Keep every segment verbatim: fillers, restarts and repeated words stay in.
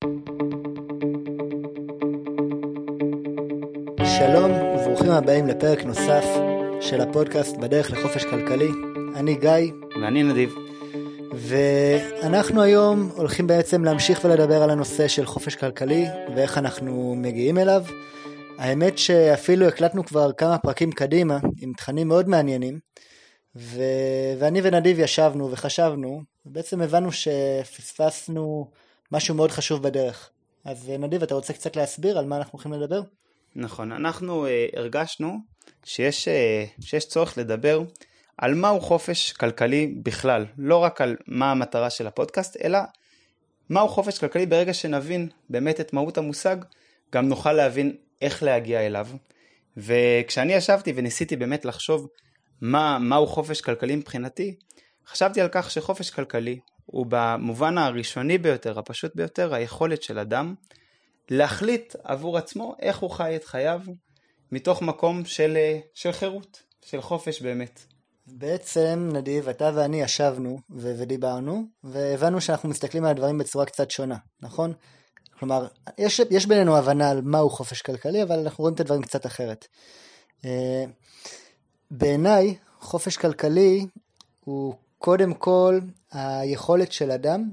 שלום וברוכים הבאים לפרק נוסף של הפודקאסט בדרך לחופש כלכלי. אני גיא. ואני נדיב. ואנחנו היום הולכים בעצם להמשיך ולדבר על הנושא של חופש כלכלי ואיך אנחנו מגיעים אליו. האמת שאפילו הקלטנו כבר כמה פרקים קדימה עם תכנים מאוד מעניינים, ו... ואני ונדיב ישבנו וחשבנו, ובעצם הבנו שפספסנו משהו מאוד חשוב בדרך. אז נדיב, אתה רוצה קצת להסביר על מה אנחנו הולכים לדבר? נכון, אנחנו uh, הרגשנו שיש, uh, שיש צורך לדבר על מהו חופש כלכלי בכלל, לא רק על מה המטרה של הפודקאסט, אלא מהו חופש כלכלי. ברגע שנבין באמת את מהות המושג, גם נוכל להבין איך להגיע אליו. וכשאני ישבתי וניסיתי באמת לחשוב מה, מהו חופש כלכלי מבחינתי, חשבתי על כך שחופש כלכלי הוא במובן הראשוני ביותר, הפשוט ביותר, היכולת של אדם להחליט עבור עצמו איך הוא חי את חייו מתוך מקום של, של חירות, של חופש באמת. בעצם נדיב, אתה ואני ישבנו ו- ודיברנו, והבנו שאנחנו מסתכלים על הדברים בצורה קצת שונה, נכון? כלומר, יש, יש בינינו הבנה על מהו חופש כלכלי, אבל אנחנו רואים את הדברים קצת אחרת. בעיניי, חופש כלכלי הוא קודם כל היכולת של אדם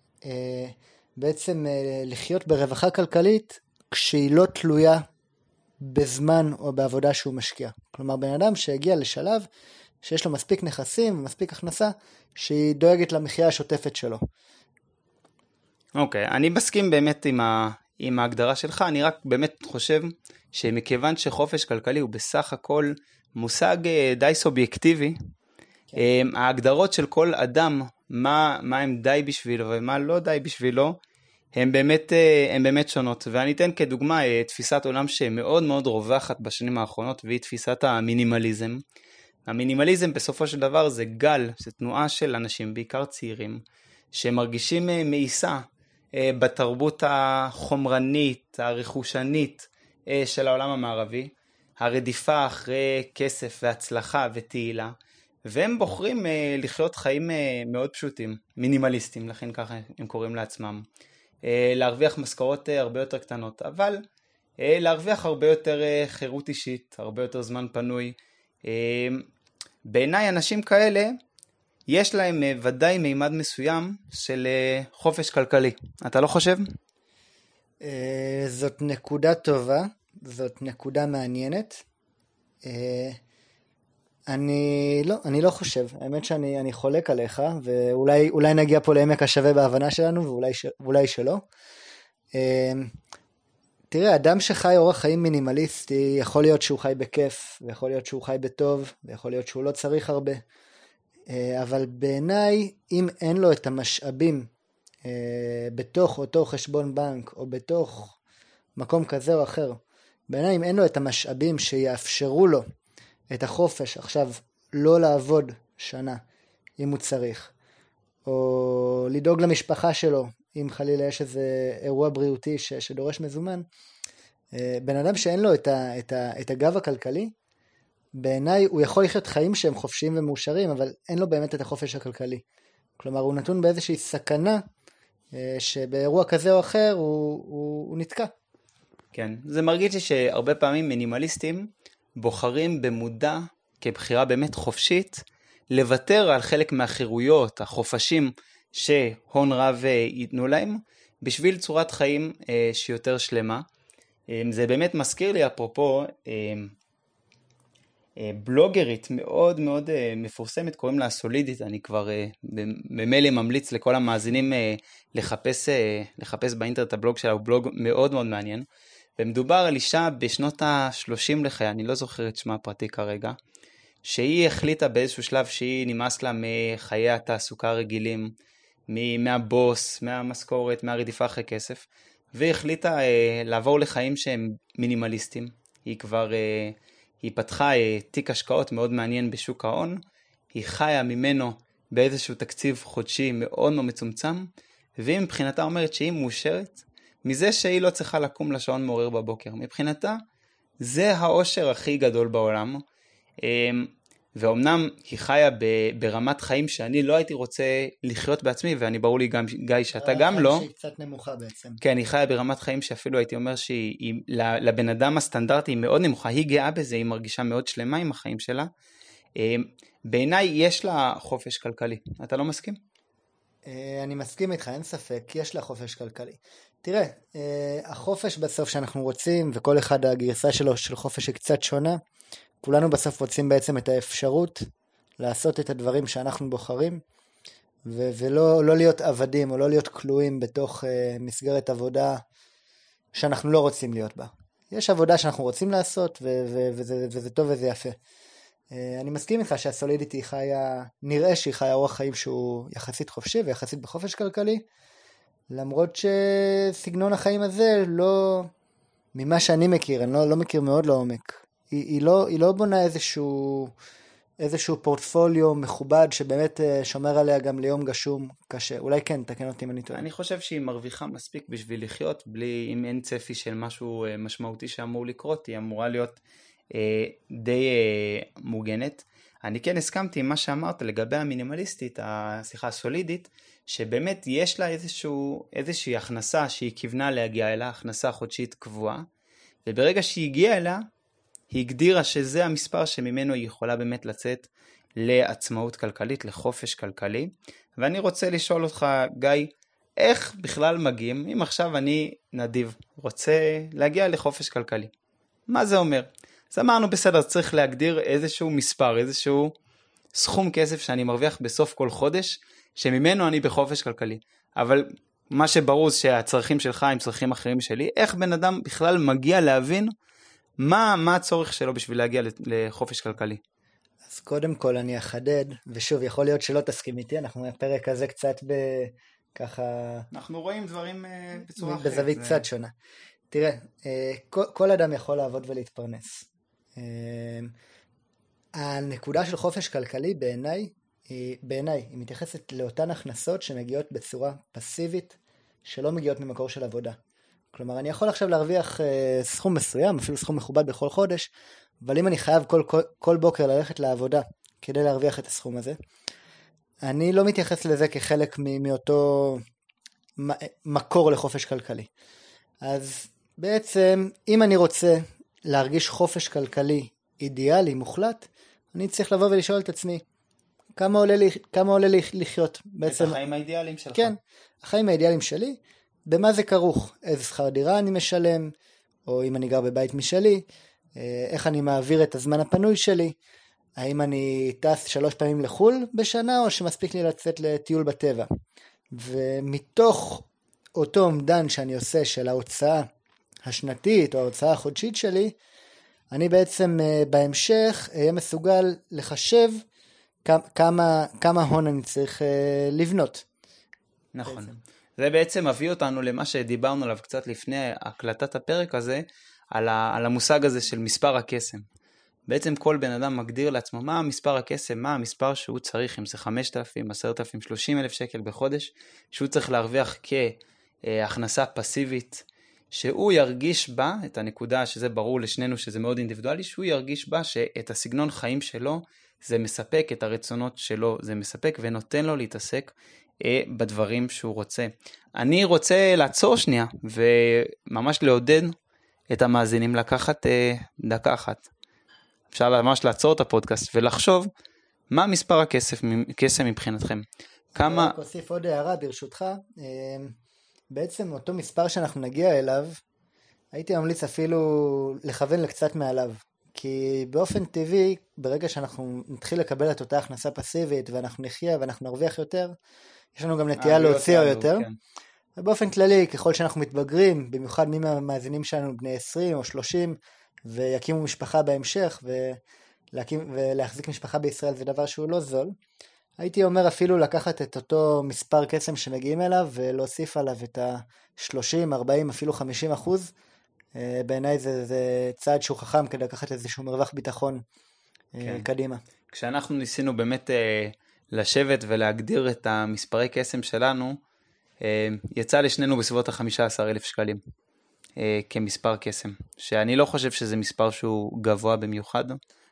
בעצם לחיות ברווחה כלכלית כשהיא לא תלויה בזמן או בעבודה שהוא משקיע. כלומר, בן אדם שהגיע לשלב שיש לו מספיק נכסים, מספיק הכנסה, שהיא דואגת למחיה השוטפת שלו. אוקיי, okay, אני מסכים באמת עם, ה, עם ההגדרה שלך, אני רק באמת חושב שמכיוון שחופש כלכלי הוא בסך הכל מושג די סובייקטיבי, כן. ההגדרות של כל אדם, מה, מה הם די בשבילו ומה לא די בשבילו, הם באמת, הם באמת שונות. ואני אתן כדוגמה תפיסת עולם שמאוד מאוד רווחת בשנים האחרונות, והיא תפיסת המינימליזם. המינימליזם בסופו של דבר זה גל, זה תנועה של אנשים, בעיקר צעירים, שמרגישים מאיסה בתרבות החומרנית, הרכושנית של העולם המערבי, הרדיפה אחרי כסף והצלחה ותהילה, והם בוחרים לחיות חיים מאוד פשוטים, מינימליסטים, לכן ככה הם קוראים לעצמם. להרוויח משכורות הרבה יותר קטנות, אבל להרוויח הרבה יותר חירות אישית, הרבה יותר זמן פנוי. בעיניי אנשים כאלה, יש להם ודאי מימד מסוים של חופש כלכלי. אתה לא חושב? זאת נקודה טובה, זאת נקודה מעניינת. אני לא, אני לא חושב. האמת שאני אני חולק עליך, ואולי אולי נגיע פה לעמק השווה בהבנה שלנו, ואולי ש, ואולי שלא. תראה, אדם שחי אורח חיים מינימליסטי, יכול להיות שהוא חי בכיף, ויכול להיות שהוא חי בטוב, ויכול להיות שהוא לא צריך הרבה. אבל בעיניי, אם אין לו את המשאבים בתוך אותו חשבון בנק, או בתוך מקום כזה או אחר, בעיניי אם אין לו את המשאבים שיאפשרו לו את החופש, עכשיו לא לעבוד שנה, אם הוא צריך, או לדאוג למשפחה שלו, אם חלילה יש איזה אירוע בריאותי ש, שדורש מזומן, בן אדם שאין לו את, ה, את, ה, את הגב הכלכלי, בעיניי הוא יכול לחיות חיים שהם חופשיים ומאושרים, אבל אין לו באמת את החופש הכלכלי. כלומר, הוא נתון באיזושהי סכנה, שבאירוע כזה או אחר הוא, הוא, הוא נתקע. כן, זה מרגיש לי שהרבה פעמים מינימליסטים בוחרים במודע, כבחירה באמת חופשית, לוותר על חלק מהחירויות, החופשים שהון רב ייתנו להם, בשביל צורת חיים שיותר שלמה. זה באמת מזכיר לי, אפרופו, בלוגרית מאוד מאוד מפורסמת, קוראים לה סולידית, אני כבר ממילא ממליץ לכל המאזינים לחפש, לחפש באינטרנט הבלוג שלה, הוא בלוג מאוד מאוד מעניין, ומדובר על אישה בשנות ה-שלושים לחייה, אני לא זוכר את שמה הפרטי כרגע, שהיא החליטה באיזשהו שלב שהיא נמאס לה מחיי התעסוקה הרגילים, מהבוס, מהמשכורת, מהרדיפה אחרי כסף, והיא החליטה לעבור לחיים שהם מינימליסטים. היא כבר... היא פתחה תיק השקעות מאוד מעניין בשוק ההון, היא חיה ממנו באיזשהו תקציב חודשי מאוד מאוד מצומצם, והיא מבחינתה אומרת שהיא מאושרת מזה שהיא לא צריכה לקום לשעון מעורר בבוקר. מבחינתה זה האושר הכי גדול בעולם, ואומנם היא חיה ברמת חיים שאני לא הייתי רוצה לחיות בעצמי, ואני ברור לי גם, גיא, שאתה גם לא. שהיא קצת נמוכה בעצם. כן, היא חיה ברמת חיים שאפילו הייתי אומר שהיא, לבן אדם הסטנדרטי היא מאוד נמוכה, היא גאה בזה, היא מרגישה מאוד שלמה עם החיים שלה. בעיניי יש לה חופש כלכלי, אתה לא מסכים? אני מסכים איתך, אין ספק, יש לה חופש כלכלי. תראה, החופש בסוף שאנחנו רוצים, וכל אחד הגרסה שלו של חופש היא קצת שונה, כולנו בסוף רוצים בעצם את האפשרות לעשות את הדברים שאנחנו בוחרים, ו- ולא לא להיות עבדים או לא להיות כלואים בתוך uh, מסגרת עבודה שאנחנו לא רוצים להיות בה. יש עבודה שאנחנו רוצים לעשות ו- ו- וזה, וזה טוב וזה יפה. Uh, אני מסכים איתך שהסולידיטי חיה, נראה שהיא חיה אורח חיים שהוא יחסית חופשי ויחסית בחופש כלכלי, למרות שסגנון החיים הזה לא, ממה שאני מכיר, אני לא, לא מכיר מאוד לעומק, היא, היא, לא, היא לא בונה איזשהו, איזשהו פורטפוליו מכובד שבאמת שומר עליה גם ליום גשום קשה. אולי כן, תקן אותי אם אני טועה. אני חושב שהיא מרוויחה מספיק בשביל לחיות, בלי, אם אין צפי של משהו משמעותי שאמור לקרות, היא אמורה להיות אה, די אה, מוגנת. אני כן הסכמתי עם מה שאמרת לגבי המינימליסטית, השיחה הסולידית, שבאמת יש לה איזשהו, איזושהי הכנסה שהיא כיוונה להגיע אליה, הכנסה חודשית קבועה, וברגע שהיא הגיעה אליה, היא הגדירה שזה המספר שממנו היא יכולה באמת לצאת לעצמאות כלכלית, לחופש כלכלי. ואני רוצה לשאול אותך, גיא, איך בכלל מגיעים, אם עכשיו אני נדיב, רוצה להגיע לחופש כלכלי, מה זה אומר? אז אמרנו בסדר, צריך להגדיר איזשהו מספר, איזשהו סכום כסף שאני מרוויח בסוף כל חודש, שממנו אני בחופש כלכלי. אבל מה שברור זה שהצרכים שלך הם צרכים אחרים שלי, איך בן אדם בכלל מגיע להבין מה, מה הצורך שלו בשביל להגיע לחופש כלכלי? אז קודם כל אני אחדד, ושוב, יכול להיות שלא תסכים איתי, אנחנו בפרק הזה קצת בככה... אנחנו רואים דברים בצורה אחרת. בזווית זה... קצת שונה. תראה, כל, כל אדם יכול לעבוד ולהתפרנס. הנקודה של חופש כלכלי בעיניי, בעיניי, היא מתייחסת לאותן הכנסות שמגיעות בצורה פסיבית, שלא מגיעות ממקור של עבודה. כלומר, אני יכול עכשיו להרוויח אה, סכום מסוים, אפילו סכום מכובד בכל חודש, אבל אם אני חייב כל, כל, כל בוקר ללכת לעבודה כדי להרוויח את הסכום הזה, אני לא מתייחס לזה כחלק מ- מאותו מ- מקור לחופש כלכלי. אז בעצם, אם אני רוצה להרגיש חופש כלכלי אידיאלי, מוחלט, אני צריך לבוא ולשאול את עצמי, כמה עולה לי, כמה עולה לי לחיות? בעצם, את החיים האידיאליים שלך. כן, החיים האידיאליים שלי, במה זה כרוך? איזה שכר דירה אני משלם, או אם אני גר בבית משלי, איך אני מעביר את הזמן הפנוי שלי, האם אני טס שלוש פעמים לחול בשנה, או שמספיק לי לצאת לטיול בטבע. ומתוך אותו אומדן שאני עושה של ההוצאה השנתית, או ההוצאה החודשית שלי, אני בעצם בהמשך אהיה מסוגל לחשב כמה, כמה הון אני צריך לבנות. נכון. בעצם. זה בעצם מביא אותנו למה שדיברנו עליו קצת לפני הקלטת הפרק הזה, על, ה, על המושג הזה של מספר הקסם. בעצם כל בן אדם מגדיר לעצמו מה מספר הקסם, מה המספר שהוא צריך, אם זה חמשת אלפים, עשרת אלפים, שלושים אלף שקל בחודש, שהוא צריך להרוויח כהכנסה פסיבית, שהוא ירגיש בה, את הנקודה שזה ברור לשנינו שזה מאוד אינדיבידואלי, שהוא ירגיש בה שאת הסגנון חיים שלו זה מספק, את הרצונות שלו זה מספק, ונותן לו להתעסק בדברים שהוא רוצה. אני רוצה לעצור שנייה, וממש לעודד את המאזינים לקחת דקה אחת. אפשר ממש לעצור את הפודקאסט ולחשוב מה מספר הכסף, כסף מבחינתכם. כמה... רק אוסיף עוד הערה ברשותך. בעצם אותו מספר שאנחנו נגיע אליו, הייתי ממליץ אפילו לכוון לקצת מעליו. כי באופן טבעי, ברגע שאנחנו נתחיל לקבל את אותה הכנסה פסיבית, ואנחנו נחיה ואנחנו נרוויח יותר, יש לנו גם נטייה להוציא יותר. כן. ובאופן כללי, ככל שאנחנו מתבגרים, במיוחד מי מהמאזינים שלנו בני עשרים או שלושים, ויקימו משפחה בהמשך, ולהקים, ולהחזיק משפחה בישראל זה דבר שהוא לא זול, הייתי אומר אפילו לקחת את אותו מספר קסם שמגיעים אליו, ולהוסיף עליו את ה-שלושים, ארבעים, אפילו חמישים אחוז. בעיניי זה, זה צעד שהוא חכם כדי לקחת איזשהו מרווח ביטחון כן. קדימה. כשאנחנו ניסינו באמת לשבת ולהגדיר את המספרי קסם שלנו, יצא לשנינו בסביבות ה-חמישה עשר אלף שקלים כמספר קסם, שאני לא חושב שזה מספר שהוא גבוה במיוחד,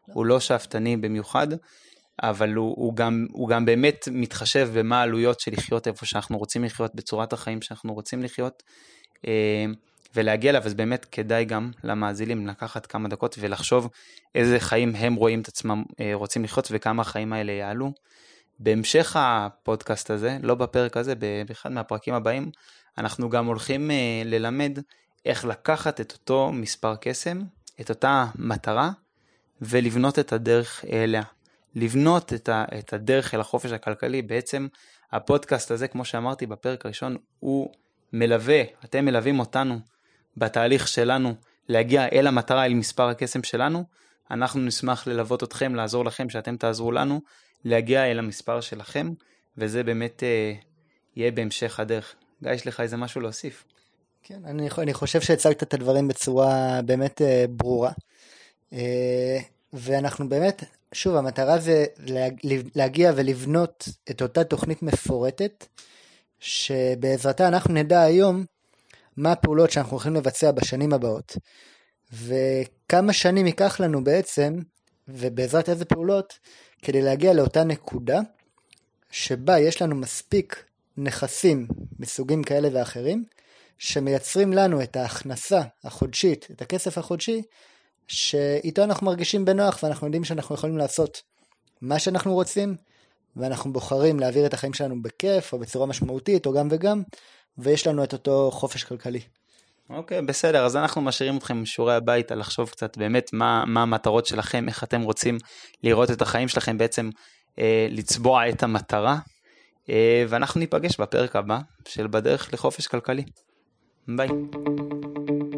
הוא לא שאפתני במיוחד, אבל הוא, הוא, גם, הוא גם באמת מתחשב במה העלויות של לחיות איפה שאנחנו רוצים לחיות, בצורת החיים שאנחנו רוצים לחיות, ולהגיע אליו. אז באמת כדאי גם למאזינים לקחת כמה דקות ולחשוב איזה חיים הם רואים את עצמם רוצים לחיות, וכמה החיים האלה יעלו. בהמשך הפודקאסט הזה, לא בפרק הזה, באחד מהפרקים הבאים, אנחנו גם הולכים ללמד איך לקחת את אותו מספר קסם, את אותה מטרה, ולבנות את הדרך אליה. לבנות את, ה, את הדרך אל החופש הכלכלי. בעצם הפודקאסט הזה, כמו שאמרתי בפרק הראשון, הוא מלווה, אתם מלווים אותנו בתהליך שלנו להגיע אל המטרה, אל מספר הקסם שלנו. אנחנו נשמח ללוות אתכם, לעזור לכם, שאתם תעזרו לנו להגיע אל המספר שלכם, וזה באמת אה, יהיה בהמשך הדרך. גיא, יש לך איזה משהו להוסיף? כן, אני, אני חושב שהצגת את הדברים בצורה באמת אה, ברורה, אה, ואנחנו באמת, שוב, המטרה זה להגיע ולבנות את אותה תוכנית מפורטת, שבעזרתה אנחנו נדע היום מה הפעולות שאנחנו הולכים לבצע בשנים הבאות, וכמה שנים ייקח לנו בעצם, ובעזרת איזה פעולות, כדי להגיע לאותה נקודה, שבה יש לנו מספיק נכסים מסוגים כאלה ואחרים, שמייצרים לנו את ההכנסה החודשית, את הכסף החודשי, שאיתו אנחנו מרגישים בנוח, ואנחנו יודעים שאנחנו יכולים לעשות מה שאנחנו רוצים, ואנחנו בוחרים להעביר את החיים שלנו בכיף, או בצורה משמעותית, או גם וגם, ויש לנו את אותו חופש כלכלי. אוקיי, okay, בסדר, אז אנחנו משאירים אתכם עם שיעורי הבית, על לחשוב קצת באמת מה, מה המטרות שלכם, איך אתם רוצים לראות את החיים שלכם, בעצם אה, לצבוע את המטרה, אה, ואנחנו ניפגש בפרק הבא של בדרך לחופש כלכלי. ביי.